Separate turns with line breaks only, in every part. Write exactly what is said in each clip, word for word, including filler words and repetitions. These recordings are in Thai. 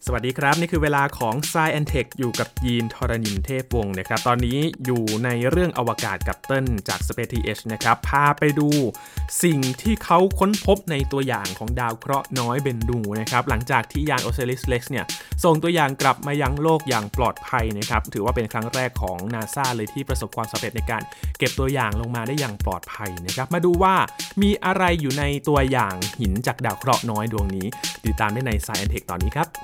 สวัสดีครับนี่คือเวลาของ Science แอนด์ Tech อยู่กับยีนทรณินเทพวงศ์นะครับตอนนี้อยู่ในเรื่องอวกาศกับเติ้ลจาก Space ที เอช นะครับพาไปดูสิ่งที่เขาค้นพบในตัวอย่างของดาวเคราะห์น้อยเบนนูนะครับหลังจากที่ยาน Osiris Rex เนี่ยส่งตัวอย่างกลับมายังโลกอย่างปลอดภัยนะครับถือว่าเป็นครั้งแรกของ NASA เลยที่ประสบความสำเร็จในการเก็บตัวอย่างลงมาได้อย่างปลอดภัยนะครับมาดูว่ามีอะไรอยู่ในตัวอย่างหินจากดาวเคราะห์น้อยดวงนี้ติดตามได้ใน Science แอนด์ Tech ตอนนี้ครับ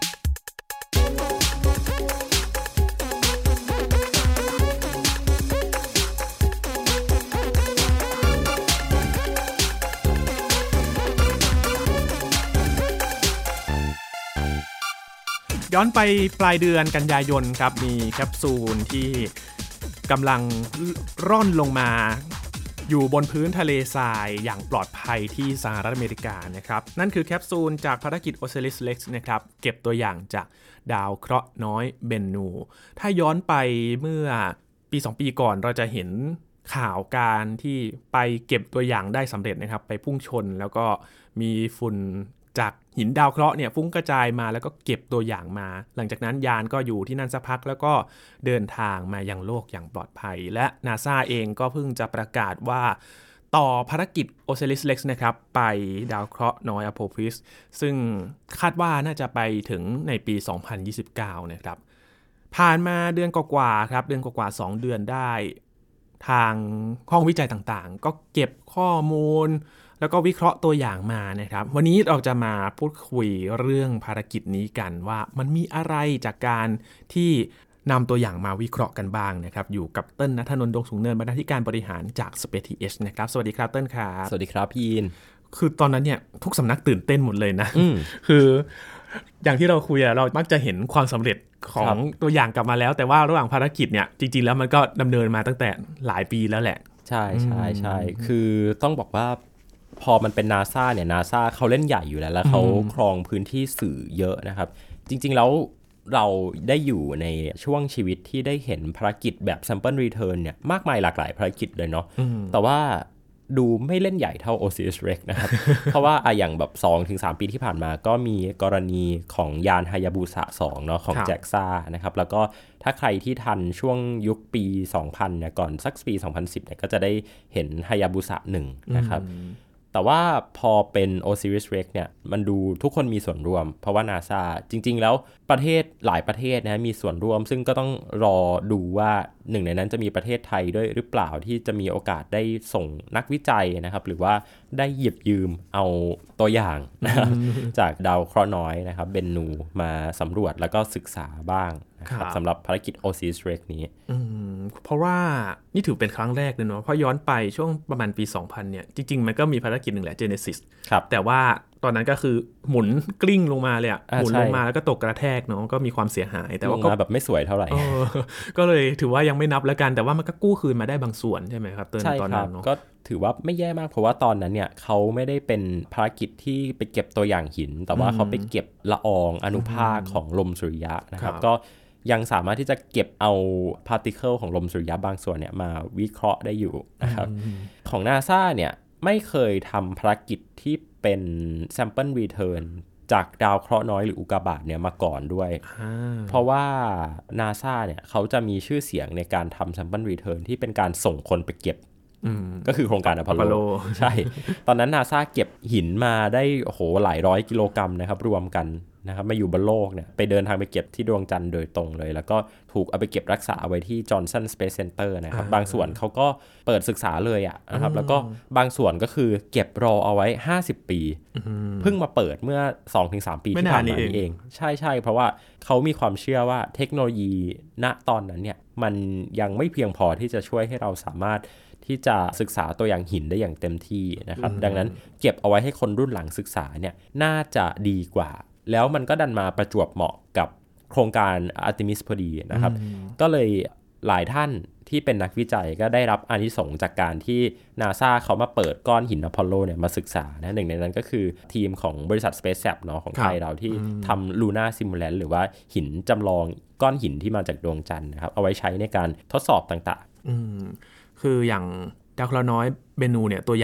ย้อนไปปลายเดือนกันยายนครับมีแคปซูลที่กำลังร่อนลงมาอยู่บนพื้นทะเลทรายอย่างปลอดภัยที่สหรัฐอเมริกานะครับนั่นคือแคปซูลจากภารกิจ Osiris Rex นะครับเก็บตัวอย่างจากดาวเคราะห์น้อยเบนนูถ้าย้อนไปเมื่อปีสองปีก่อนเราจะเห็นข่าวการที่ไปเก็บตัวอย่างได้สำเร็จนะครับไปพุ่งชนแล้วก็มีฝุ่นจากหินดาวเคราะห์เนี่ยฟุ้งกระจายมาแล้วก็เก็บตัวอย่างมาหลังจากนั้นยานก็อยู่ที่นั่นสักพักแล้วก็เดินทางมายังโลกอย่างปลอดภัยและ NASA เองก็เพิ่งจะประกาศว่าต่อภารกิจ Osiris Rex นะครับไปดาวเคราะห์น้อย Apophis ซึ่งคาดว่าน่าจะไปถึงในปีสองพันยี่สิบเก้านะครับผ่านมาเดือนกว่าๆครับเดือนกว่าๆสองเดือนได้ทางห้องวิจัยต่างๆก็เก็บข้อมูลแล้วก็วิเคราะห์ตัวอย่างมานะครับวันนี้เราจะมาพูดคุยเรื่องภารกิจนี้กันว่ามันมีอะไรจากการที่นำตัวอย่างมาวิเคราะห์กันบ้างนะครับอยู่กับเติ้ลณัฐนนท์ ดวงสูงเนินบรรณาธิการบริหารจาก Space ที เอช นะครับสวัสดีครับเติ้ลครับ
สวัสดีครับพี่ยิน
คือตอนนั้นเนี่ยทุกสำนักตื่นเต้นหมดเลยนะคืออย่างที่เราคุยอะเรามักจะเห็นความสำเร็จของตัวอย่างกลับมาแล้วแต่ว่าระหว่างภารกิจเนี่ยจริงๆแล้วมันก็ดำเนินมาตั้งแต่หลายปีแล้วแหละ
ใช่ใช่ใช่คือต้องบอกว่าพอมันเป็น NASA เนี่ย NASA เขาเล่นใหญ่อยู่แล้วแล้วเขาครองพื้นที่สื่อเยอะนะครับจริงๆแล้วเราได้อยู่ในช่วงชีวิตที่ได้เห็นภารกิจแบบ Sample Return เนี่ยมากมายหลากหลายภารกิจเลยเนาะแต่ว่าดูไม่เล่นใหญ่เท่า Osiris Rex นะครับ เพราะว่าอะอย่างแบบ สองถึงสาม ปีที่ผ่านมาก็มีกรณีของยานฮายาบุสะสองเนาะของ JAXA นะครับแล้วก็ถ้าใครที่ทันช่วงยุคปีสองพันเนี่ยก่อนสักปีสองพันสิบเนี่ยก็จะได้เห็นฮายาบุสะหนึ่งนะครับแต่ว่าพอเป็น Osiris Rex เนี่ยมันดูทุกคนมีส่วนร่วมเพราะว่า NASA จริงๆแล้วประเทศหลายประเทศนะมีส่วนร่วมซึ่งก็ต้องรอดูว่าหนึ่งในนั้นจะมีประเทศไทยด้วยหรือเปล่าที่จะมีโอกาสได้ส่งนักวิจัยนะครับหรือว่าได้หยิบยืมเอาตัวอย่างนะครับ จากดาวเคราะห์น้อยนะครับเบนนูมาสำรวจแล้วก็ศึกษาบ้างนะครับสำหรับภารกิจ Osiris Rex นี้
เพราะว่านี่ถือเป็นครั้งแรกเลยเนาะเพราะย้อนไปช่วงประมาณปีสองพันเนี่ยจริงๆมันก็มีภารกิจหนึ่งแหละ Genesis แต่ว่าตอนนั้นก็คือหมุนกลิ้งลงมาเลยอ่ะหมุนลงมาแล้วก็ตกกระแทกเนาะก็มีความเสียหาย
แต่ว่าก็แบบไม่สวยเท่าไหร่
ก็เลยถือว่ายังไม่นับแล้วกันแต่ว่ามันก็กู้คืนมาได้บางส่วนใช่ไหมครับตอนนั้นเนาะ
ก็ถือว่าไม่แย่มากเพราะว่าตอนนั้นเนี่ยเขาไม่ได้เป็นภารกิจที่ไปเก็บตัวอย่างหินแต่ว่าเขาไปเก็บละอองอนุภาคของลมสุริยะนะครับก็ยังสามารถที่จะเก็บเอาพาร์ติเคิลของลมสุริยะบางส่วนเนี่ยมาวิเคราะห์ได้อยู่นะครับของ NASA เนี่ยไม่เคยทำภารกิจที่เป็น Sample Return จากดาวเคราะห์น้อยหรืออุกกาบาตเนี่ยมาก่อนด้วยเพราะว่า NASA เนี่ยเขาจะมีชื่อเสียงในการทำ Sample Return ที่เป็นการส่งคนไปเก็บก็คือโครงการอพอลโลใช่ตอนนั้น NASA เก็บหินมาได้โอ้โหหลายร้อยกิโลกรัมนะครับรวมกันนะครับมาอยู่บนโลกเนี่ยไปเดินทางไปเก็บที่ดวงจันทร์โดยตรงเลยแล้วก็ถูกเอาไปเก็บรักษาไว้ที่ Johnson Space Center นะครับบางส่วนเขาก็เปิดศึกษาเลยอ่ะนะครับแล้วก็บางส่วนก็คือเก็บรอเอาไว้ห้าสิบปีเพิ่งมาเปิดเมื่อ สองถึงสาม ปีที่ผ่านมานี้เองใช่ๆเพราะว่าเขามีความเชื่อว่าเทคโนโลยีณตอนนั้นเนี่ยมันยังไม่เพียงพอที่จะช่วยให้เราสามารถที่จะศึกษาตัวอย่างหินได้อย่างเต็มที่นะครับดังนั้นเก็บเอาไว้ให้คนรุ่นหลังศึกษาเนี่ยน่าจะดีกว่าแล้วมันก็ดันมาประจวบเหมาะกับโครงการ Artemis พอดีนะครับก็เลยหลายท่านที่เป็นนักวิจัยก็ได้รับอานิสงส์จากการที่ NASA เขามาเปิดก้อนหินอพอลโลเนี่ยมาศึกษานะหนึ่งในนั้นก็คือทีมของบริษัท SpaceX เนาะของไทยเราที่ทำ Lunar Simulant หรือว่าหินจำลองก้อนหินที่มาจากดวงจันทร์นะครับเอาไว้ใช้ในการทดสอบต่างๆ
คืออย่างดาวเคราะห์น้อยเบนูเนี่ยตัวอย่าง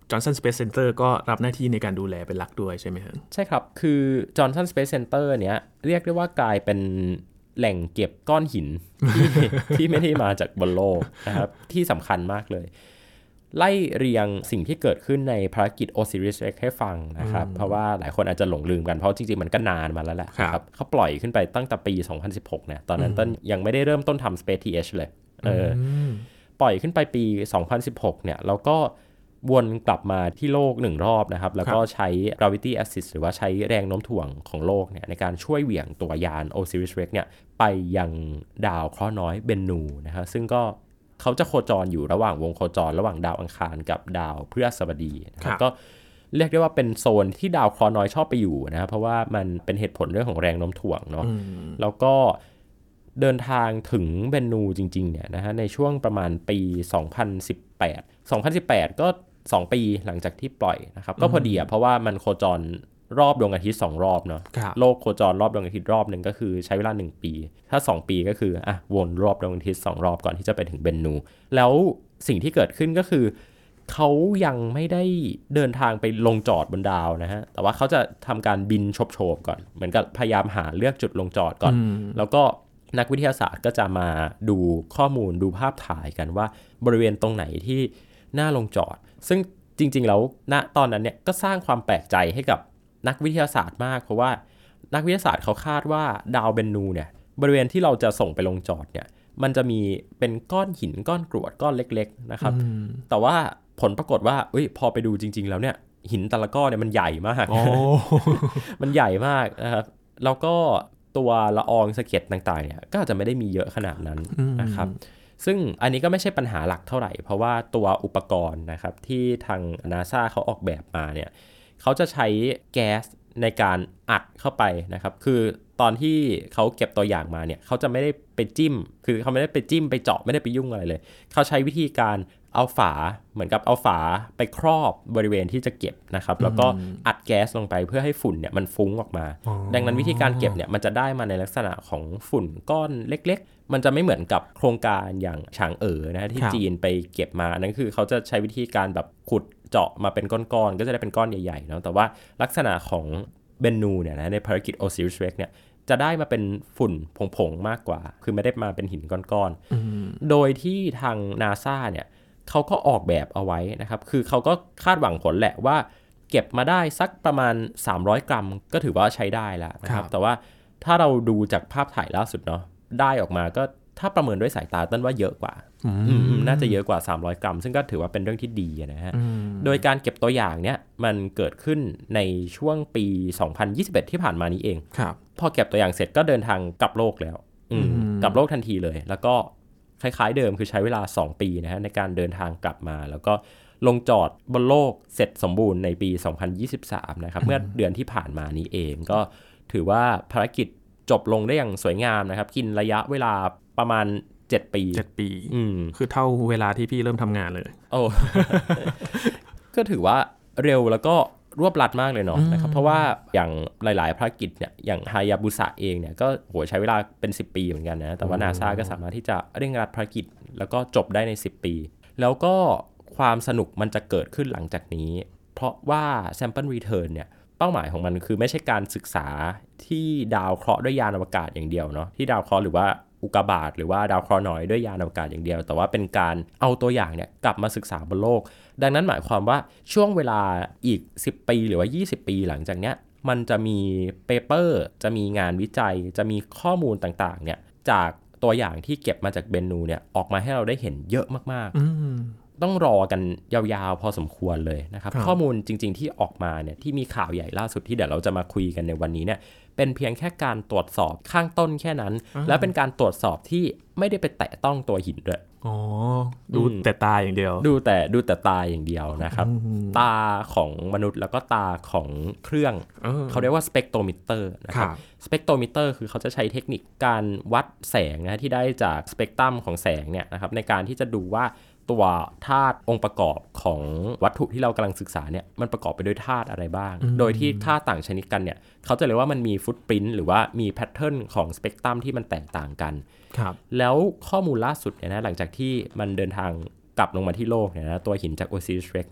Johnson Space Center ก็รับหน้าที่ในการดูแลเป็นหลักด้วยใช่ไหมครับ
ใช่ครับคือ Johnson Space Center เนี้ยเรียกได้ว่ากลายเป็นแหล่งเก็บก้อนหิน ที่ ที่ไม่ได้มาจากบนโลกนะครับที่สำคัญมากเลยไล่เรียงสิ่งที่เกิดขึ้นในภารกิจ Osiris Rex ให้ฟังนะครับเพราะว่าหลายคนอาจจะหลงลืมกันเพราะจริงๆมันก็นานมาแล้วแหละครับเขาปล่อยขึ้นไปตั้งแต่ปีสองพันสิบหกเนี่ยตอนนั้นต้นยังไม่ได้เริ่มต้นทำ Space ที เอช เลยเออปล่อยขึ้นไปปีสองพันสิบหกเนี่ยแล้วก็วนกลับมาที่โลกหนึ่งรอบนะครับแล้วก็ใช้ gravity assist หรือว่าใช้แรงโน้มถ่วงของโลกเนี่ยในการช่วยเหวี่ยงตัวยาน Osiris Rex เนี่ยไปยังดาวเคราะห์น้อยเบนนูนะครับซึ่งก็เขาจะโคจรอยู่ระหว่างวงโคจรระหว่างดาวอังคารกับดาวพฤหัสบดีนะครับก็เรียกได้ว่าเป็นโซนที่ดาวเคราะห์น้อยชอบไปอยู่นะครับเพราะว่ามันเป็นเหตุผลเรื่องของแรงโน้มถ่วงเนาะแล้วก็เดินทางถึงเบนนูจริงๆเนี่ยนะฮะในช่วงประมาณปีสองพันสิบแปด สองพันสิบแปดก็สองปีหลังจากที่ปล่อยนะครับก็พอดีอ่ะเพราะว่ามันโคจรรอบดวงอาทิตย์สองรอบเนาะโลกโคจรรอบดวงอาทิตย์รอบนึงก็คือใช้เวลาหนึ่งปีถ้าสองปีก็คืออ่ะวนรอบดวงอาทิตย์สองรอบก่อนที่จะไปถึงเบนนูแล้วสิ่งที่เกิดขึ้นก็คือเขายังไม่ได้เดินทางไปลงจอดบนดาวนะฮะแต่ว่าเขาจะทำการบินโฉบๆก่อนเหมือนกับพยายามหาเลือกจุดลงจอดก่อนแล้วก็นักวิทยาศาสตร์ก็จะมาดูข้อมูลดูภาพถ่ายกันว่าบริเวณตรงไหนที่น่าลงจอดซึ่งจริงๆแล้วณตอนนั้นเนี่ยก็สร้างความแปลกใจให้กับนักวิทยาศาสตร์มากเพราะว่านักวิทยาศาสตร์เขาคาดว่าดาวเบนนูเนี่ยบริเวณที่เราจะส่งไปลงจอดเนี่ยมันจะมีเป็นก้อนหินก้อนกรวดก้อนเล็กๆนะครับแต่ว่าผลปรากฏว่าเอ้ยพอไปดูจริงๆแล้วเนี่ยหินแต่ละก้อนเนี่ยมันใหญ่มาก มันใหญ่มากนะครับแล้วก็ตัวละอองสะเก็ดต่างๆเนี่ยก็อาจจะไม่ได้มีเยอะขนาดนั้นนะครับซึ่งอันนี้ก็ไม่ใช่ปัญหาหลักเท่าไหร่เพราะว่าตัวอุปกรณ์นะครับที่ทาง NASA เขาออกแบบมาเนี่ยเขาจะใช้แก๊สในการอัดเข้าไปนะครับคือตอนที่เขาเก็บตัวอย่างมาเนี่ยเขาจะไม่ได้ไปจิ้มคือเขาไม่ได้ไปจิ้มไปเจาะไม่ได้ไปยุ่งอะไรเลยเขาใช้วิธีการเอาฝาเหมือนกับเอาฝาไปครอบบริเวณที่จะเก็บนะครับแล้วก็อัดแก๊สลงไปเพื่อให้ฝุ่นเนี่ยมันฟุ้งออกมาดังนั้นวิธีการเก็บเนี่ยมันจะได้มาในลักษณะของฝุ่นก้อนเล็กๆมันจะไม่เหมือนกับโครงการอย่างฉางเอ๋อนะที่จีนไปเก็บมานั่นคือเขาจะใช้วิธีการแบบขุดเจาะมาเป็นก้อนๆก็จะได้เป็นก้อนใหญ่ๆเนาะแต่ว่าลักษณะของเบนนูเนี่ยนะในภารกิจ Osiris Rex เนี่ยจะได้มาเป็นฝุ่นผงๆมากกว่าคือไม่ได้มาเป็นหินก้อนๆโดยที่ทาง NASA เนี่ยเขาก็ออกแบบเอาไว้นะครับคือเขาก็คาดหวังผลแหละว่าเก็บมาได้สักประมาณสามร้อยกรัมก็ถือว่าใช้ได้แล้วนะครับแต่ว่าถ้าเราดูจากภาพถ่ายล่าสุดเนาะได้ออกมาก็ถ้าประเมินด้วยสายตาต้นว่าเยอะกว่าน่าจะเยอะกว่าสามร้อยกรัมซึ่งก็ถือว่าเป็นเรื่องที่ดีนะฮะโดยการเก็บตัวอย่างเนี้ยมันเกิดขึ้นในช่วงปีสองพันยี่สิบเอ็ดที่ผ่านมานี้เองพอเก็บตัวอย่างเสร็จก็เดินทางกลับโลกแล้วกลับโลกทันทีเลยแล้วก็คล้ายๆเดิมคือใช้เวลาสองปีนะฮะในการเดินทางกลับมาแล้วก็ลงจอดบนโลกเสร็จสมบูรณ์ในปีสองพันยี่สิบสามนะครับเมื่อเดือนที่ผ่านมานี้เองก็ถือว่าภารกิจจบลงได้อย่างสวยงามนะครับกินระยะเวลาประมาณเจ็ดปี
เจ็ดปีคือเท่าเวลาที่พี่เริ่มทำงานเลย
โอ้ ก็ถือว่าเร็วแล้วก็รวบรัดมากเลยเนาะนะครับเพราะว่าอย่างหลายๆภารกิจเนี่ยอย่างฮายาบุสะเองเนี่ยก็โหใช้เวลาเป็นสิบปีเหมือนกันนะแต่ว่า NASA ก็สามารถที่จะเร่งรัดภารกิจแล้วก็จบได้ในสิบปีแล้วก็ความสนุกมันจะเกิดขึ้นหลังจากนี้เพราะว่า Sample Return เนี่ยเป้าหมายของมันคือไม่ใช่การศึกษาที่ดาวเคราะห์ด้วยยานอวกาศอย่างเดียวเนาะที่ดาวเคราะห์หรือว่าอุกกาบาตหรือว่าดาวเคราะห์น้อยด้วยยานอวกาศอย่างเดียวแต่ว่าเป็นการเอาตัวอย่างเนี่ยกลับมาศึกษาบนโลกดังนั้นหมายความว่าช่วงเวลาอีกสิบปีหรือว่ายี่สิบปีหลังจากเนี้ยมันจะมีเปเปอร์จะมีงานวิจัยจะมีข้อมูลต่างๆเนี่ยจากตัวอย่างที่เก็บมาจากเบนนูเนี่ยออกมาให้เราได้เห็นเยอะมากๆต้องรอกันยาวๆพอสมควรเลยนะครับข้อมูลจริงๆที่ออกมาเนี่ยที่มีข่าวใหญ่ล่าสุดที่เดี๋ยวเราจะมาคุยกันในวันนี้เนี่ยเป็นเพียงแค่การตรวจสอบข้างต้นแค่นั้นและเป็นการตรวจสอบที่ไม่ได้ไปแตะต้องตัวหินด้วย
อ๋อดูแต่ตาอย่างเดียว
ดูแต่ดูแต่ตาอย่างเดียวนะครับตาของมนุษย์แล้วก็ตาของเครื่องเขาเรียกว่าสเปกโทรมิเตอร์นะครับสเปกโทรมิเตอร์คือเขาจะใช้เทคนิคการวัดแสงนะที่ได้จากสเปกตรัมของแสงเนี่ยนะครับในการที่จะดูว่าตัวธาตุองค์ประกอบของวัตถุที่เรากำลังศึกษาเนี่ยมันประกอบไปด้วยธาตุอะไรบ้างโดยที่ธาตุต่างชนิดกันเนี่ยเขาจะเรียกว่ามันมีฟุตปริ้นท์หรือว่ามีแพทเทิร์นของสเปกตรัมที่มันแตกต่างกันครับแล้วข้อมูลล่าสุดเนี่ยนะหลังจากที่มันเดินทางกลับลงมาที่โลกเนี่ยนะตัวหินจาก Osiris Rex เนี่ย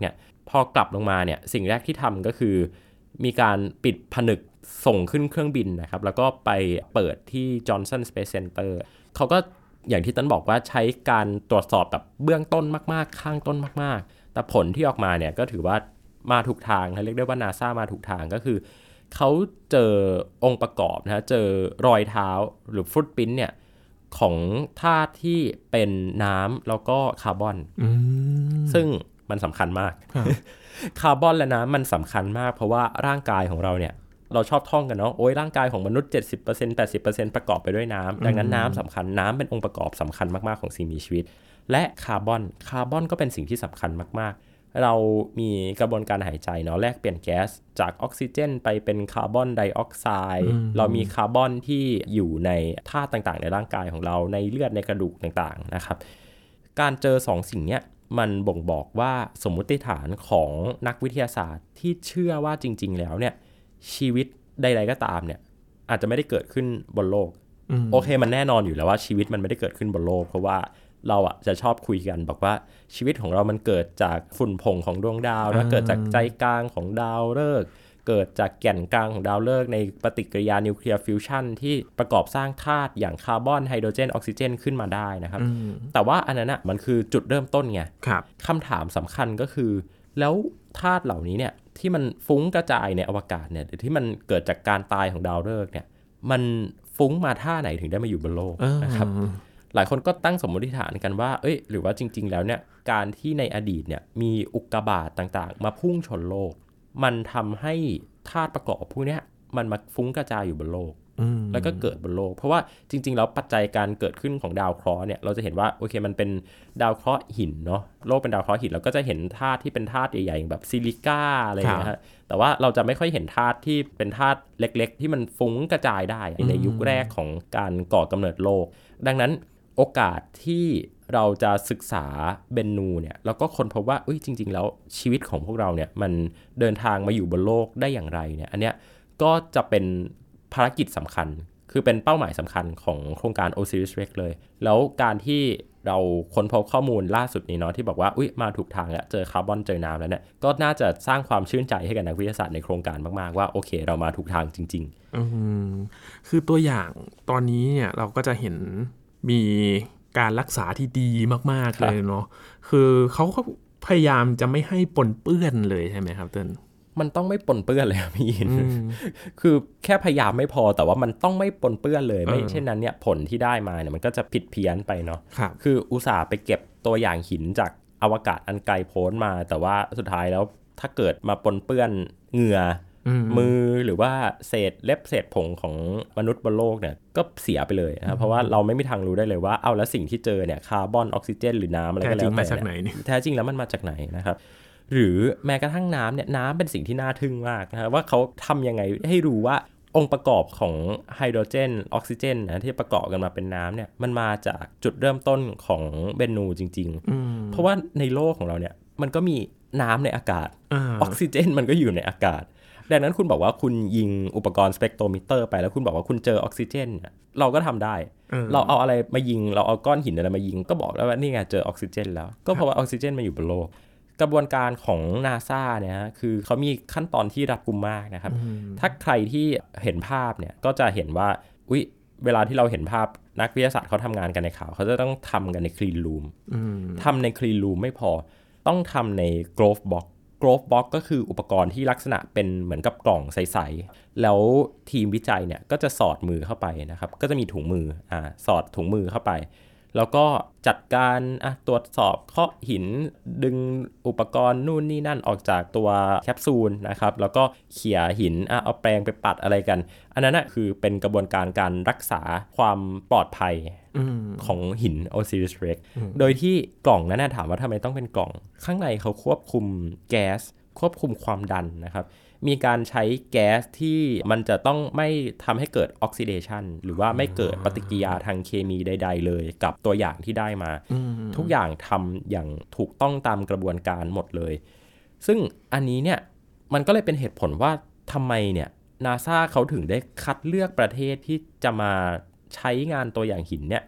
พอกลับลงมาเนี่ยสิ่งแรกที่ทำก็คือมีการปิดผนึกส่งขึ้นเครื่องบินนะครับแล้วก็ไปเปิดที่ Johnson Space Center เขาก็อย่างที่ต้นบอกว่าใช้การตรวจสอบแบบเบื้องต้นมากๆข้างต้นมากๆแต่ผลที่ออกมาเนี่ยก็ถือว่ามาถูกทางนะเรียกได้ว่า NASA มาถูกทางก็คือเขาเจอองค์ประกอบนะเจอรอยเท้าหรือฟุตพริ้นท์เนี่ยของธาตุที่เป็นน้ำแล้วก็คาร์บอนซึ่งมันสำคัญมาก คาร์บอนและน้ำมันสำคัญมากเพราะว่าร่างกายของเราเนี่ยเราชอบท่องกันเนาะโอ้ยร่างกายของมนุษย์ เจ็ดสิบเปอร์เซ็นต์ แปดสิบเปอร์เซ็นต์ ประกอบไปด้วยน้ำดังนั้นน้ำสำคัญน้ำเป็นองค์ประกอบสำคัญมากๆของสิ่งมีชีวิตและคาร์บอนคาร์บอนก็เป็นสิ่งที่สำคัญมากๆเรามีกระบวนการหายใจเนาะแลกเปลี่ยนแก๊สจากออกซิเจนไปเป็นคาร์บอนไดออกไซด์เรามีคาร์บอนที่อยู่ในธาตุต่างๆในร่างกายของเราในเลือดในกระดูกต่างๆนะครับการเจอสองสิ่งเนี้ยมันบ่งบอกว่าสมมุติฐานของนักวิทยาศาสตร์ที่เชื่อว่าจริงๆแล้วเนี่ยชีวิตใดๆก็ตามเนี่ยอาจจะไม่ได้เกิดขึ้นบนโลกโอเคมันแน่นอนอยู่แล้วว่าชีวิตมันไม่ได้เกิดขึ้นบนโลกเพราะว่าเราอ่ะจะชอบคุยกันบอกว่าชีวิตของเรามันเกิดจากฝุ่นผงของดวงดาวนะเกิดจากใจกลางของดาวฤกษ์เกิดจากแก่นกลางของดาวฤกษ์ในปฏิกิริยานิวเคลียร์ฟิวชันที่ประกอบสร้างธาตุอย่างคาร์บอนไฮโดรเจนออกซิเจนขึ้นมาได้นะครับแต่ว่าอันนั้นอ่ะมันคือจุดเริ่มต้นไงคำถามสำคัญก็คือแล้วธาตุเหล่านี้เนี่ยที่มันฟุ้งกระจายในอวกาศเนี่ยหรือที่มันเกิดจากการตายของดาวฤกษ์เนี่ยมันฟุ้งมาท่าไหนถึงได้มาอยู่บนโลกนะครับหลายคนก็ตั้งสมมติฐานกันว่าเอ้ยหรือว่าจริงๆแล้วเนี่ยการที่ในอดีตเนี่ยมีอุกกาบาตต่างๆมาพุ่งชนโลกมันทำให้ธาตุประกอบพวกนี้มันมาฟุ้งกระจายอยู่บนโลกแล้วก็เกิดบนโลกเพราะว่าจริงๆแล้วปัจจัยการเกิดขึ้นของดาวเคราะห์เนี่ยเราจะเห็นว่าโอเคมันเป็นดาวเคราะห์หินเนาะโลกเป็นดาวเคราะห์หินเราก็จะเห็นธาตุที่เป็นธาตุใหญ่ๆแบบซิลิก้าอะไรอย่างเงี้ยแต่ว่าเราจะไม่ค่อยเห็นธาตุที่เป็นธาตุเล็กๆที่มันฟุ้งกระจายได้ในยุคแรกของการก่อกำเนิดโลกดังนั้นโอกาสที่เราจะศึกษาเบนนูเนี่ยเราก็ค้นพบว่าเอ้ยจริงๆแล้วชีวิตของพวกเราเนี่ยมันเดินทางมาอยู่บนโลกได้อย่างไรเนี่ยอันเนี้ยก็จะเป็นภารกิจสำคัญคือเป็นเป้าหมายสำคัญของโครงการ OSIRIS-REx เลยแล้วการที่เราค้นพบข้อมูลล่าสุดนี้เนาะที่บอกว่าอุ๊ยมาถูกทางแล้วเจอคาร์บอนเจอน้ำแล้วเนี่ยก็น่าจะสร้างความชื่นใจให้กับนักวิทยาศาสตร์ในโครงการมากๆว่าโอเคเรามาถูกทางจริงๆอืม
คือตัวอย่างตอนนี้เนี่ยเราก็จะเห็นมีการรักษาที่ดีมากๆเลยเนาะคือเขาก็พยายามจะไม่ให้ปนเปื้อนเลยใช่ไหมครับเติ้ล
มันต้องไม่ปนเปื้อนเลยพี่ยินคือแค่พยายามไม่พอแต่ว่ามันต้องไม่ปนเปื้อนเลยไม่เช่นนั้นเนี่ยผลที่ได้มาเนี่ยมันก็จะผิดเพี้ยนไปเนาะคืออุตส่าห์ไปเก็บตัวอย่างหินจากอวกาศอันไกลโพ้นมาแต่ว่าสุดท้ายแล้วถ้าเกิดมาปนเปื้อนเหงื่อมือหรือว่าเศษเล็บเศษผงของมนุษย์บนโลกเนี่ยก็เสียไปเลยนะเพราะว่าเราไม่มีทางรู้ได้เลยว่าเอาแล้วสิ่งที่เจอเนี่ยคาร์บอนออกซิเจนหรือน้ำอะไรก็แล้วแต่แท้จริงแล้วมันมาจากไหนนะครับหรือแม้กระทั่งน้ำเนี่ยน้ำเป็นสิ่งที่น่าทึ่งมากนะว่าเขาทำยังไงให้รู้ว่าองค์ประกอบของไฮโดรเจนออกซิเจนนะที่ประกอบกันมาเป็นน้ำเนี่ยมันมาจากจุดเริ่มต้นของเบนูจริงๆเพราะว่าในโลกของเราเนี่ยมันก็มีน้ำในอากาศออกซิเจนมันก็อยู่ในอากาศดังนั้นคุณบอกว่าคุณยิงอุปกรณ์สเปกโทรมิเตอร์ไปแล้วคุณบอกว่าคุณเจอออกซิเจนเราก็ทำได้เราเอาอะไรมายิงเราเอาก้อนหินอะไรมายิงก็บอกแล้วว่านี่ไงเจอออกซิเจนแล้วก็เพราะว่าออกซิเจนมาอยู่บนโลกกระบวนการของ NASA เนี่ยคือเขามีขั้นตอนที่รัดกุมมากนะครับถ้าใครที่เห็นภาพเนี่ยก็จะเห็นว่าอุ๊ยเวลาที่เราเห็นภาพนักวิทยาศาสตร์เขาทำงานกันในข่าวเขาจะต้องทำกันในคลีนรูมทำในคลีนรูมไม่พอต้องทำใน Glove Box Glove Box ก็คืออุปกรณ์ที่ลักษณะเป็นเหมือนกับกล่องใสๆแล้วทีมวิจัยเนี่ยก็จะสอดมือเข้าไปนะครับก็จะมีถุงมืออ่าสอดถุงมือเข้าไปแล้วก็จัดการอ่ะตรวจสอบเคาะหินดึงอุปกรณ์นู่นนี่นั่นออกจากตัวแคปซูลนะครับแล้วก็เขี่ยหินอ่ะเอาแปรงไปปัดอะไรกันอันนั้นน่ะคือเป็นกระบวนการการรักษาความปลอดภัยของหิน OSIRIS-REx โดยที่กล่องนั้นนะถามว่าทำไมต้องเป็นกล่องข้างในเขาควบคุมแก๊สควบคุมความดันนะครับมีการใช้แก๊สที่มันจะต้องไม่ทำให้เกิดออกซิเดชันหรือว่าไม่เกิดปฏิกิริยาทางเคมีใดๆเลยกับตัวอย่างที่ได้มาทุกอย่างทำอย่างถูกต้องตามกระบวนการหมดเลยซึ่งอันนี้เนี่ยมันก็เลยเป็นเหตุผลว่าทำไมเนี่ย NASA เขาถึงได้คัดเลือกประเทศที่จะมาใช้งานตัวอย่างหินเนี่ย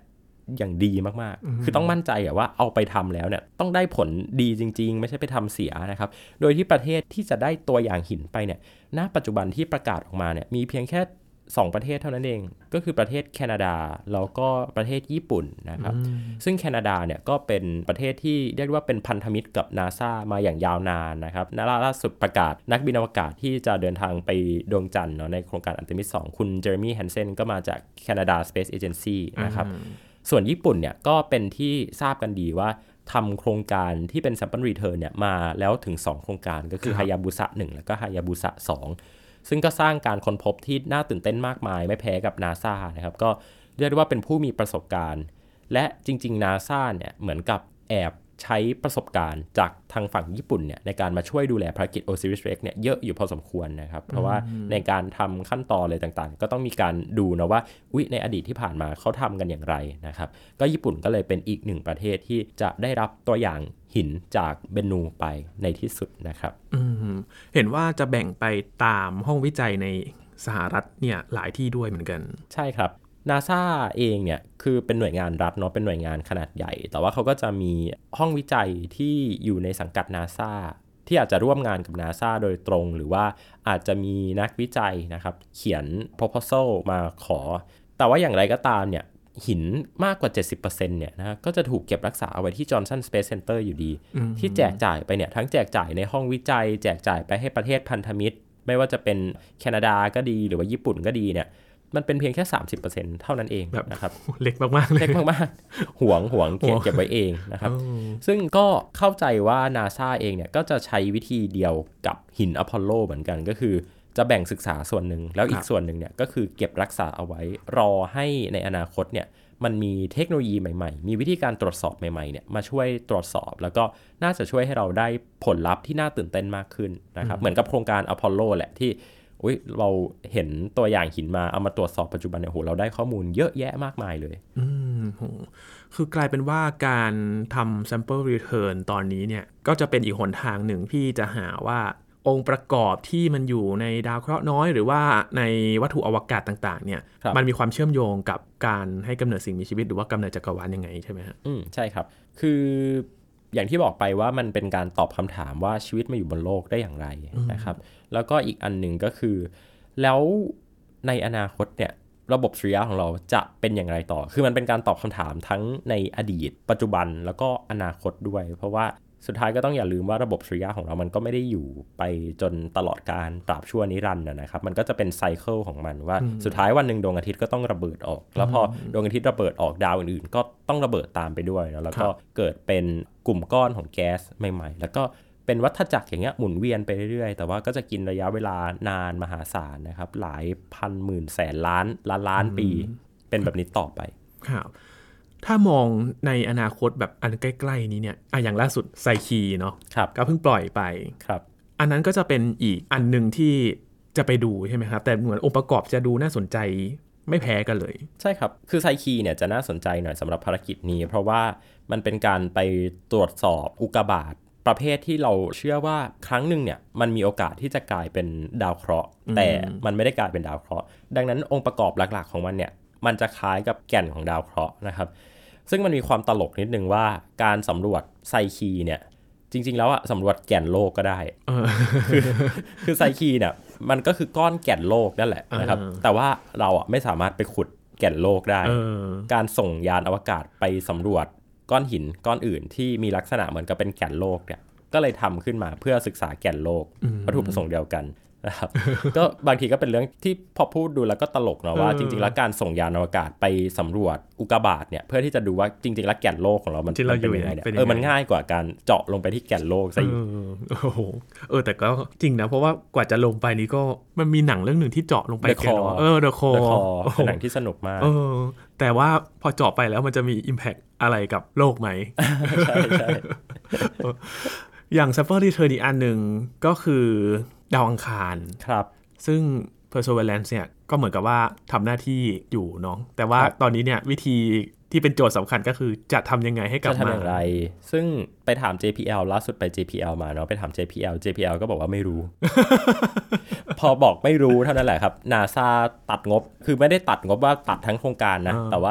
อย่างดีมากๆคือต้องมั่นใจอะว่าเอาไปทำแล้วเนี่ยต้องได้ผลดีจริงๆไม่ใช่ไปทำเสียนะครับโดยที่ประเทศที่จะได้ตัวอย่างหินไปเนี่ยณปัจจุบันที่ประกาศออกมาเนี่ยมีเพียงแค่สองประเทศเท่านั้นเองก็คือประเทศแคนาดาแล้วก็ประเทศญี่ปุ่นนะครับซึ่งแคนาดาเนี่ยก็เป็นประเทศที่เรียกว่าเป็นพันธมิตรกับ NASA มาอย่างยาวนานนะครับล่าสุดประกาศนักบินอวกาศที่จะเดินทางไปดวงจันทร์เนาะในโครงการอัลติมิสสองคุณเจอร์มี่แฮนเซนก็มาจาก Canada Space Agency นะครับส่วนญี่ปุ่นเนี่ยก็เป็นที่ทราบกันดีว่าทำโครงการที่เป็น Sample Return เนี่ยมาแล้วถึงสองโครงการก็คือ Hayabusa หนึ่งแล้วก็ Hayabusa สองซึ่งก็สร้างการค้นพบที่น่าตื่นเต้นมากมายไม่แพ้กับ NASA นะครับก็เรียกได้ว่าเป็นผู้มีประสบการณ์และจริงๆ NASA เนี่ยเหมือนกับแอบใช้ประสบการณ์จากทางฝั่งญี่ปุ่นเนี่ยในการมาช่วยดูแลภารกิจ Osiris Rex เนี่ยเยอะอยู่พอสมควรนะครับเพราะว่าในการทำขั้นตอนอะไรต่างๆก็ต้องมีการดูนะว่าอุ๊ยในอดีตที่ผ่านมาเขาทำกันอย่างไรนะครับก็ญี่ปุ่นก็เลยเป็นอีกหนึ่งประเทศที่จะได้รับตัวอย่างหินจากเบนูไปในที่สุดนะครับ
เห็นว่าจะแบ่งไปตามห้องวิจัยในสหรัฐเนี่ยหลายที่ด้วยเหมือนกัน
ใช่ครับ NASA เองเนี่ยคือเป็นหน่วยงานรัฐเนาะเป็นหน่วยงานขนาดใหญ่แต่ว่าเขาก็จะมีห้องวิจัยที่อยู่ในสังกัด NASA ที่อาจจะร่วมงานกับ NASA โดยตรงหรือว่าอาจจะมีนักวิจัยนะครับเขียน proposal มาขอแต่ว่าอย่างไรก็ตามเนี่ยหินมากกว่า เจ็ดสิบเปอร์เซ็นต์ เนี่ยนะก็จะถูกเก็บรักษาเอาไว้ที่ Johnson Space Center อยู่ดีที่แจกจ่ายไปเนี่ยทั้งแจกจ่ายในห้องวิจัยแจกจ่ายไปให้ประเทศพันธมิตรไม่ว่าจะเป็นแคนาดาก็ดีหรือว่าญี่ปุ่นก็ดีเนี่ยมันเป็นเพียงแค่ สามสิบเปอร์เซ็นต์ เท่านั้นเองนะครับ
เล็กมากๆเลย
เล็กมากๆหวงหวงเก็บเก็บไว้เองนะครับซึ่งก็เข้าใจว่า NASA เองเนี่ยก็จะใช้วิธีเดียวกับหินอพอลโลเหมือนกันก็คือจะแบ่งศึกษาส่วนหนึ่งแล้วอีกส่วนหนึ่งเนี่ยก็คือเก็บรักษาเอาไว้รอให้ในอนาคตเนี่ยมันมีเทคโนโลยีใหม่ๆมีวิธีการตรวจสอบใหม่ๆเนี่ยมาช่วยตรวจสอบแล้วก็น่าจะช่วยให้เราได้ผลลัพธ์ที่น่าตื่นเต้นมากขึ้นนะครับเหมือนกับโครงการอพอลโลแหละที่อุ๊ยเราเห็นตัวอย่างหินมาเอามาตรวจสอบปัจจุบันเนี่ยโหเราได้ข้อมูลเยอะแยะมากมายเลย
อืมโหคือกลายเป็นว่าการทำ sample return ตอนนี้เนี่ยก็จะเป็นอีกหนทางหนึ่งที่จะหาว่าองค์ประกอบที่มันอยู่ในดาวเคราะห์น้อยหรือว่าในวัตถุอวกาศต่างๆเนี่ยมันมีความเชื่อมโยงกับการให้กำเนิดสิ่งมีชีวิตหรือว่ากำเนิดจักรวาลยังไงใช่ไหมฮะ
อืมใช่ครับคืออย่างที่บอกไปว่ามันเป็นการตอบคำถามว่าชีวิตมาอยู่บนโลกได้อย่างไรนะครับแล้วก็อีกอันหนึ่งก็คือแล้วในอนาคตเนี่ยระบบสุริยะของเราจะเป็นอย่างไรต่อคือมันเป็นการตอบคำถามทั้งในอดีตปัจจุบันแล้วก็อนาคตด้วยเพราะว่าสุดท้ายก็ต้องอย่าลืมว่าระบบสุริยะของเรามันก็ไม่ได้อยู่ไปจนตลอดการตราบชั่วนิรันดร์นะครับมันก็จะเป็นไซเคิลของมันว่าสุดท้ายวันหนึ่งดวงอาทิตย์ก็ต้องระเบิดออกแล้วพอดวงอาทิตย์ระเบิดออกดาวอื่นๆก็ต้องระเบิดตามไปด้วยนะแล้วก็เกิดเป็นกลุ่มก้อนของแก๊สใหม่ๆแล้วก็เป็นวัฏจักรอย่างเงี้ยหมุนเวียนไปเรื่อยๆแต่ว่าก็จะกินระยะเวลานานมหาศาลนะครับหลายพันหมื่นแสนล้านล้านล้านปีเป็นแบบนี้ต่อไป
ครับถ้ามองในอนาคตแบบอันใกล้ๆนี้เนี่ยอ่ะอย่างล่าสุดไซคีเนาะก็เพิ่งปล่อยไป
ครับ
อันนั้นก็จะเป็นอีกอันนึงที่จะไปดูใช่ไหมครับแต่เหมือนองค์ประกอบจะดูน่าสนใจไม่แพ้กันเลย
ใช่ครับคือไซคีเนี่ยจะน่าสนใจหน่อยสำหรับภารกิจนี้เพราะว่ามันเป็นการไปตรวจสอบอุกกาบาตประเภทที่เราเชื่อว่าครั้งหนึ่งเนี่ยมันมีโอกาสที่จะกลายเป็นดาวเคราะห์แต่มันไม่ได้กลายเป็นดาวเคราะห์ดังนั้นองค์ประกอบหลักๆของมันเนี่ยมันจะคล้ายกับแก่นของดาวเคราะห์นะครับซึ่งมันมีความตลกนิดนึงว่าการสำรวจไซคีเนี่ยจริงๆแล้วอะสำรวจแก่นโลกก็ได้คือคือไซคีเนี่ยมันก็คือก้อนแก่นโลกนั่นแหละนะครับแต่ว่าเราอะไม่สามารถไปขุดแก่นโลกได้การส่งยานอวกาศไปสำรวจก้อนหินก้อนอื่นที่มีลักษณะเหมือนกับเป็นแก่นโลกเนี่ยก็เลยทำขึ้นมาเพื่อศึกษาแก่นโลกวัตถุประสงค์เดียวกันนะครับ ก็บางทีก็เป็นเรื่องที่พอพูดดูแล้วก็ตลกเนาะว่าจริงๆแล้วการส่งยานอวกาศไปสำรวจอุกกาบาตเนี่ยเพื่อที่จะดูว่าจริงๆแล้วแก่นโลกของเรามันเป็นยังไงเนี่ยเออมันง่ายกว่าการเจาะลงไปที่แก่นโลกซะอีก
โอ้โหเออแต่ก็จริงนะเพราะว่ากว่าจะลงไปนี้ก็มันมีหนังเรื่องหนึ่งที่เจาะลงไปแก่นเออ The Core
เป็นหนังที่สนุกมาก
เออแต่ว่าพอเจาะไปแล้วมันจะมี impact อะไรกับโลกไหม
ใช่ใช่
อย่าง Sample Return อีกอันหนึ่งก็คือดาวอังคาร
ครับ
ซึ่ง Perseverance เนี่ยก็เหมือนกับว่าทำหน้าที่อยู่เนาะแต่ว่าตอนนี้เนี่ยวิธีที่เป็นโจทย์สำคัญก็คือจะทำยังไงให้กลับมา
จะทำอย่างไรซึ่งไปถาม เจ พี แอล ล่าสุดไป เจ พี แอล มาเนาะไปถาม เจ พี แอล เจ พี แอล ก็บอกว่าไม่รู้ พอบอกไม่รู้เท่านั้นแหละครับ NASA ตัดงบคือไม่ได้ตัดงบว่าตัดทั้งโครงการนะแต่ว่า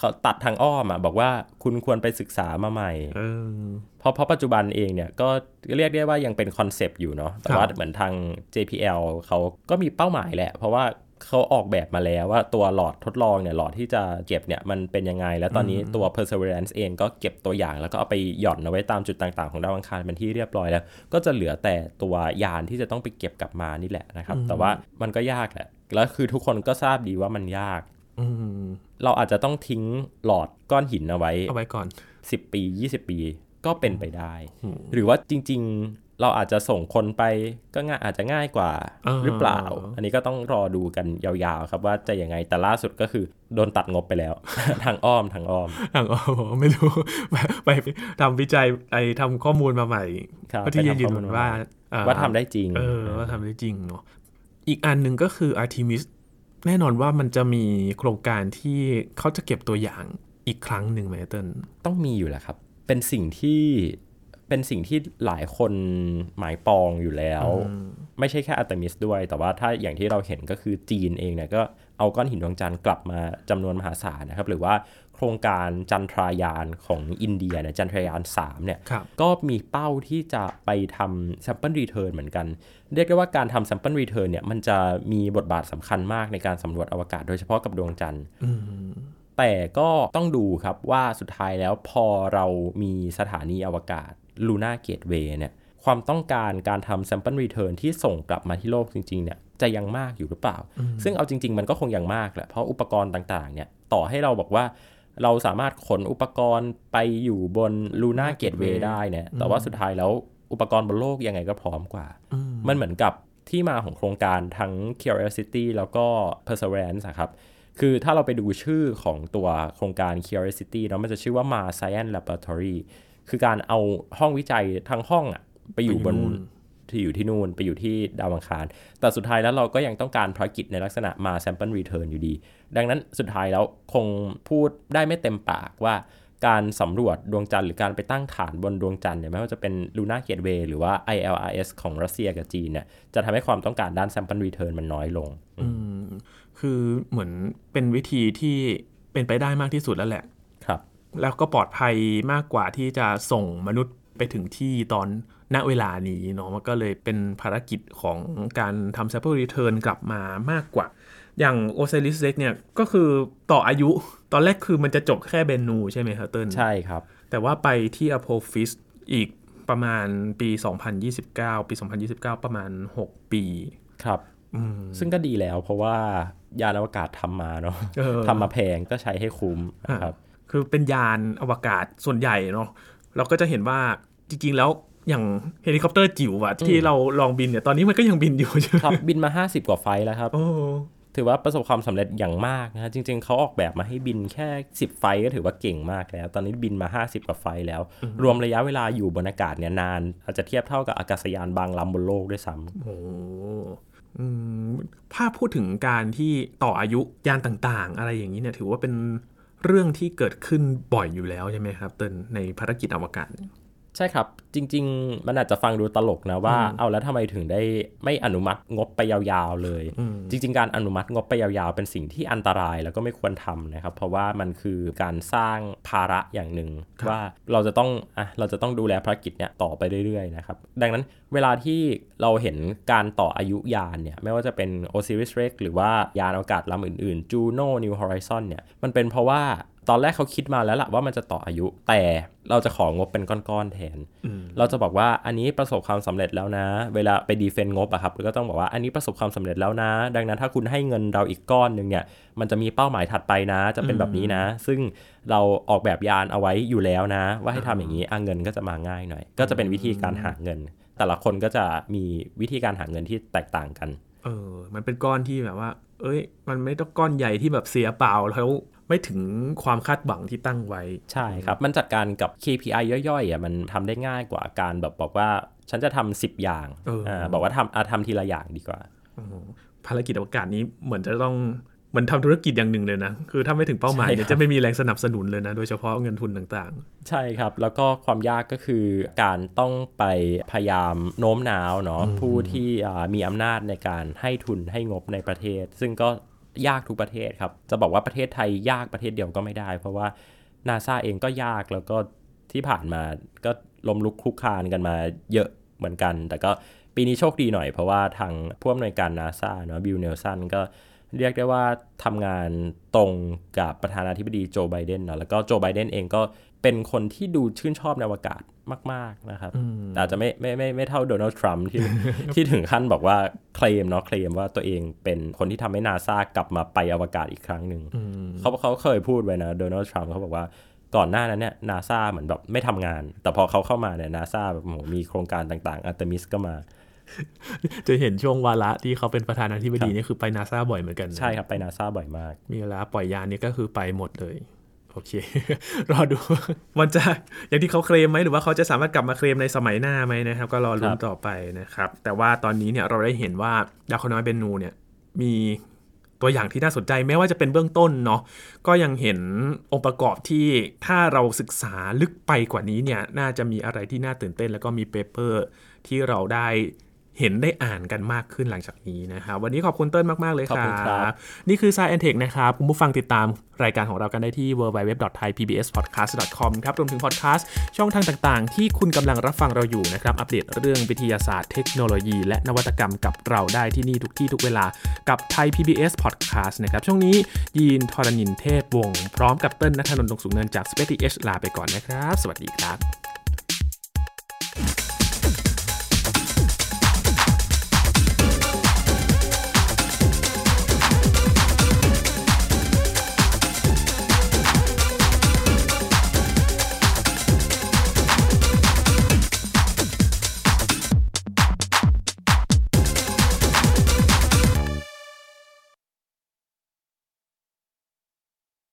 เขาตัดทางอ้อมอ่ะบอกว่าคุณควรไปศึกษามาใหม่เออเพราะเพราะปัจจุบันเองเนี่ยก็เรียกได้ว่ายังเป็นคอนเซปต์อยู่เนาะแต่ว่าเหมือนทาง เจ พี แอล เขาก็มีเป้าหมายแหละเพราะว่าเขาออกแบบมาแล้วว่าตัวหลอดทดลองเนี่ยหลอดที่จะเก็บเนี่ยมันเป็นยังไงแล้วตอนนี้ตัว Perseverance เองก็เก็บตัวอย่างแล้วก็เอาไปหย่อนเอาไว้ตามจุดต่างๆของดาวอังคารเป็นที่เรียบร้อยแล้วก็จะเหลือแต่ตัวยานที่จะต้องไปเก็บกลับมานี่แหละนะครับแต่ว่ามันก็ยากแหละแล้วคือทุกคนก็ทราบดีว่ามันยากเราอาจจะต้องทิ้งหลอดก้อนหินเอาไว้
เอาไว้ก่อน
สิบปียี่สิบปีก็เป็นไปได้หรือว่าจริงๆเราอาจจะส่งคนไปก็ง่ายอาจจะง่ายกว่าหรือเปล่าอันนี้ก็ต้องรอดูกันยาวๆครับว่าจะยังไงแต่ล่าสุดก็คือโดนตัดงบไปแล้ว ทางอ้อมทางอ้อม
ทางอ้อมไม่รู้ ไปทำวิจัยไอ้ทำข้อมูลมาใหม่ก็ที่ยืนยันว่า
ว่าทำได้จริง
เออว่าทำได้จริงเนาะอีกอันหนึ่งก็คือ Artemis แน่นอนว่ามันจะมีโครงการที่เขาจะเก็บตัวอย่างอีกครั้งหนึ่งไหมเติ้ล
ต้องมีอยู่แหละครับเป็นสิ่งที่เป็นสิ่งที่หลายคนหมายปองอยู่แล้วไม่ใช่แค่อาร์เตมิสด้วยแต่ว่าถ้าอย่างที่เราเห็นก็คือจีนเองเนี่ยก็เอาก้อนหินดวงจันทร์กลับมาจำนวนมหาศาลนะครับหรือว่าโครงการจันทรายานของอินเดียเนี่ยจันทรายานสามเนี่ยก็มีเป้าที่จะไปทำ sample return เหมือนกันเรียกได้ว่าการทำ sample return เนี่ยมันจะมีบทบาทสำคัญมากในการสำรวจอวกาศโดยเฉพาะกับดวงจันทร์แต่ก็ต้องดูครับว่าสุดท้ายแล้วพอเรามีสถานีอวกาศ Lunar Gateway เนี่ยความต้องการการทำ sample return ที่ส่งกลับมาที่โลกจริงๆเนี่ยจะยังมากอยู่หรือเปล่าซึ่งเอาจริงๆมันก็คงยังมากแหละเพราะอุปกรณ์ต่างๆเนี่ยต่อให้เราบอกว่าเราสามารถขนอุปกรณ์ไปอยู่บน Lunar Gateway ได้เนี่ยแต่ว่าสุดท้ายแล้วอุปกรณ์บนโลกยังไงก็พร้อมกว่ามันเหมือนกับที่มาของโครงการทั้ง Curiosity แล้วก็ Perseverance ครับคือถ้าเราไปดูชื่อของตัวโครงการ Curiosity เนาะมันจะชื่อว่า Mars Science Laboratory คือการเอาห้องวิจัยทั้งห้องอะไปอยู่บนที่อยู่ที่นู่นไปอยู่ที่ดาวอังคารแต่สุดท้ายแล้วเราก็ยังต้องการภารกิจในลักษณะมา sample return อยู่ดีดังนั้นสุดท้ายแล้วคงพูดได้ไม่เต็มปากว่าการสำรวจดวงจันทร์หรือการไปตั้งฐานบนดวงจันทร์เนี่ยไม่ว่าจะเป็น Lunar Gateway หรือว่า ไอ แอล อาร์ เอส ของรัสเซียกับจีนเนี่ยจะทำให้ความต้องการด้าน sample return มันน้อยลง
อืมคือเหมือนเป็นวิธีที่เป็นไปได้มากที่สุดแล้วแหละ
ครับ
แล้วก็ปลอดภัยมากกว่าที่จะส่งมนุษย์ไปถึงที่ตอนณเวลานี้เนาะมันก็เลยเป็นภารกิจของการทำ sample return กลับมามากกว่าอย่าง Osiris Rex เนี่ยก็คือต่ออายุตอนแรกคือมันจะจบแค่เบนูใช่ไหมครับเติ้ล
ใช่ครับ
แต่ว่าไปที่ Apophis อีกประมาณปีสองพันยี่สิบเก้าปีสองพันยี่สิบเก้าประมาณหกปี
ครับซึ่งก็ดีแล้วเพราะว่ายานอวกาศทำมาเนาะทำมาแพงก็ใช้ให้คุ้มนะครับ
คือเป็นยานอวกาศส่วนใหญ่เนาะเราก็จะเห็นว่าจริงๆแล้วอย่างเฮลิคอปเตอร์จิ๋วอะที่เราลองบินเนี่ยตอนนี้มันก็ยังบินอยู่ใช่ไหม
ครับบินมาห้าสิบกว่าไฟล์แล้วครับถือว่าประสบความสำเร็จอย่างมากนะจริงๆเขาออกแบบมาให้บินแค่สิบไฟล์ก็ถือว่าเก่งมากแล้วตอนนี้บินมาห้าสิบกว่าไฟล์แล้วรวมระยะเวลาอยู่บนอากาศเนี่ยนานอาจจะเทียบเท่ากับอากาศยานบางลำบนโลกด้วยซ้ำ
โอ้ถ้าพูดถึงการที่ต่ออายุยานต่างๆอะไรอย่างนี้เนี่ยถือว่าเป็นเรื่องที่เกิดขึ้นบ่อยอยู่แล้วใช่ไหมครับเติ้ลในภารกิจอวกาศ
ใช่ครับจริงๆมันอาจจะฟังดูตลกนะว่าเอาแล้วทำไมถึงได้ไม่อนุมัติงบไปยาวๆเลยจริงๆการอนุมัติงบไปยาวๆเป็นสิ่งที่อันตรายแล้วก็ไม่ควรทำนะครับเพราะว่ามันคือการสร้างภาระอย่างหนึ่งว่าเราจะต้องอ่ะเราจะต้องดูแลภารกิจเนี่ยต่อไปเรื่อยๆนะครับดังนั้นเวลาที่เราเห็นการต่ออายุยานเนี่ยไม่ว่าจะเป็น Osiris Rex หรือว่ายานอวกาศลำอื่นๆ Juno New Horizon เนี่ยมันเป็นเพราะว่าตอนแรกเขาคิดมาแล้วล่ะว่ามันจะต่ออายุแต่เราจะของบเป็นก้อนๆแทนเราจะบอกว่าอันนี้ประสบความสำเร็จแล้วนะเวลาไปดีเฟนต์งบอะครับก็ต้องบอกว่าอันนี้ประสบความสำเร็จแล้วนะดังนั้นถ้าคุณให้เงินเราอีกก้อนนึงเนี่ยมันจะมีเป้าหมายถัดไปนะจะเป็นแบบนี้นะซึ่งเราออกแบบยานเอาไว้อยู่แล้วนะว่าให้ทำอย่างนี้เงินก็จะมาง่ายหน่อยก็จะเป็นวิธีการหาเงินแต่ละคนก็จะมีวิธีการหาเงินที่แตกต่างกัน
เออมันเป็นก้อนที่แบบว่าเอ้ยมันไม่ต้องก้อนใหญ่ที่แบบเสียเปล่าแล้วไม่ถึงความคาดหวังที่ตั้งไว้
ใช่ครับมันจัดการกับ เค พี ไอ ย่อยๆอ่ะมันทำได้ง่ายกว่าการแบบบอกว่าฉันจะทำสิบอย่างอ่าบอกว่าทำอาทำทีละอย่างดีกว่า
ภารกิจอวกาศนี้เหมือนจะต้องเหมือนทำธุรกิจอย่างหนึ่งเลยนะคือถ้าไม่ถึงเป้าหมายเนี่ยจะไม่มีแรงสนับสนุนเลยนะโดยเฉพาะเงินทุนต่าง
ๆใช่ครับแล้วก็ความยากก็คือการต้องไปพยายามโน้มน้าวเนาะผู้ที่มีอำนาจในการให้ทุนให้งบในประเทศซึ่งก็ยากทุกประเทศครับจะบอกว่าประเทศไทยยากประเทศเดียวก็ไม่ได้เพราะว่า NASA เองก็ยากแล้วก็ที่ผ่านมาก็ล้มลุกคลุกคลานกันมาเยอะเหมือนกันแต่ก็ปีนี้โชคดีหน่อยเพราะว่าทางผู้อำนวยการ NASA เนาะบิลเนลสันก็เรียกได้ว่าทำงานตรงกับประธานาธิบดีโจไบเดนเนาะแล้วก็โจไบเดนเองก็เป็นคนที่ดูชื่นชอบในอวกาศมากๆนะครับอาจจะไม่ไม่ไม่ไม่เท่าโดนัลด์ทรัมป์ที่ ที่ถึงขั้นบอกว่าเคลมเนาะเคลมว่าตัวเองเป็นคนที่ทำให้ NASA กลับมาไปอวกาศอีกครั้งหนึ่งเขาเขาเคยพูดไว้นะโดนัลด์ทรัมป์เขาบอกว่าก่อนหน้านั้นเนี่ย NASA เหมือนแบบไม่ทำงานแต่พอเขาเข้ามาเนี่ย NASA แบบโหมีโครงการต่างๆ Artemis ก็มา
จะเห็นช่วงวาระที่เขาเป็นประธานาธิบดีนี่คือไป NASA บ่อยเหมือนกัน
ใช่ครับไป NASA บ่อยมาก
มีเวลาปล่อยยานนี่ก็คือไปหมดเลยโอเค รอดูมันจะอย่างที่เขาเคลมไหมหรือว่าเขาจะสามารถกลับมาเคลมในสมัยหน้าไหมนะครับก็รอลุ้นต่อไปนะครับแต่ว่าตอนนี้เนี่ยเราได้เห็นว่าดาวเคราะห์น้อยเบนูเนี่ยมีตัวอย่างที่น่าสนใจแม้ว่าจะเป็นเบื้องต้นเนาะก็ยังเห็นองค์ประกอบที่ถ้าเราศึกษาลึกไปกว่านี้เนี่ยน่าจะมีอะไรที่น่าตื่นเต้นแล้วก็มีเปเปอร์ที่เราได้เห็นได้อ่านกันมากขึ้นหลังจากนี้นะครับวันนี้ขอบคุณเติ้ลมากๆเลยครับนี่คือ Science and Tech นะครับคุณผู้ฟังติดตามรายการของเรากันได้ที่ ดับเบิลยู ดับเบิลยู ดับเบิลยู ดอท ไทย พี บี เอส พอดแคสต์ ดอท คอม ครับรวมถึงพอดแคสต์ช่องทางต่างๆที่คุณกำลังรับฟังเราอยู่นะครับอัปเดตเรื่องวิทยาศาสตร์เทคโนโลยีและนวัตกรรมกับเราได้ที่นี่ทุกที่ทุกเวลากับ Thai พี บี เอส Podcast นะครับช่วงนี้ยีนทรณินเทพวงศ์พร้อมกับเติ้ลณัฐนนท์ ดงสูงเนินจาก Space ที เอช ลาไปก่อนนะครับสวัสดีครับ